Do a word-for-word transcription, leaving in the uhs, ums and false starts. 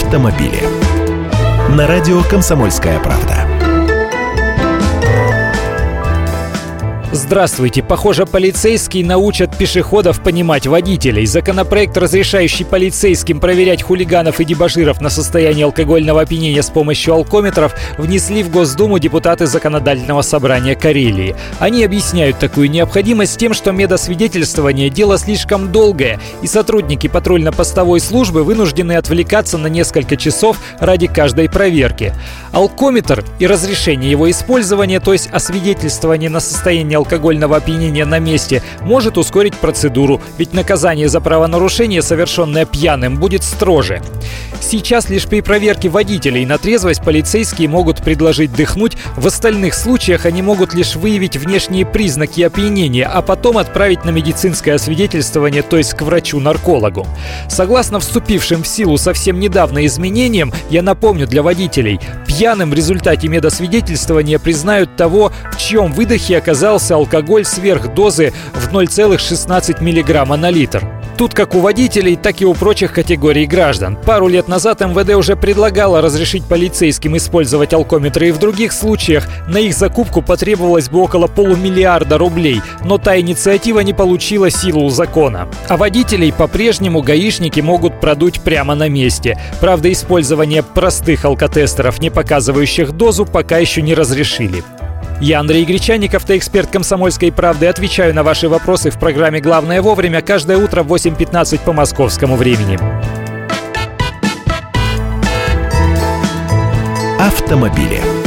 автомобили. На радио «Комсомольская правда». Здравствуйте. Похоже, полицейские научат пешеходов понимать водителей. Законопроект, разрешающий полицейским проверять хулиганов и дебоширов на состояние алкогольного опьянения с помощью алкометров, внесли в Госдуму депутаты Законодательного собрания Карелии. Они объясняют такую необходимость тем, что медосвидетельствование – дело слишком долгое, и сотрудники патрульно-постовой службы вынуждены отвлекаться на несколько часов ради каждой проверки. Алкометр и разрешение его использования, то есть освидетельствование на состояние алкогольного опьянения на месте, может ускорить процедуру, ведь наказание за правонарушение, совершенное пьяным, будет строже. Сейчас лишь при проверке водителей на трезвость полицейские могут предложить дыхнуть, в остальных случаях они могут лишь выявить внешние признаки опьянения, а потом отправить на медицинское освидетельствование, то есть к врачу-наркологу. Согласно вступившим в силу совсем недавно изменениям, я напомню для водителей, пьяным в результате медосвидетельствования признают того, в чьем выдохе оказался алкоголь сверх дозы в ноль целых шестнадцать сотых миллиграмма на литр. Тут как у водителей, так и у прочих категорий граждан. Пару лет назад эм вэ дэ уже предлагало разрешить полицейским использовать алкометры, и в других случаях на их закупку потребовалось бы около полумиллиарда рублей, но та инициатива не получила силу закона. А водителей по-прежнему гаишники могут продуть прямо на месте. Правда, использование простых алкотестеров, не показывающих дозу, пока еще не разрешили. Я, Андрей Гречанник, автоэксперт «Комсомольской правды», отвечаю на ваши вопросы в программе «Главное вовремя» каждое утро в восемь пятнадцать по московскому времени. Автомобили.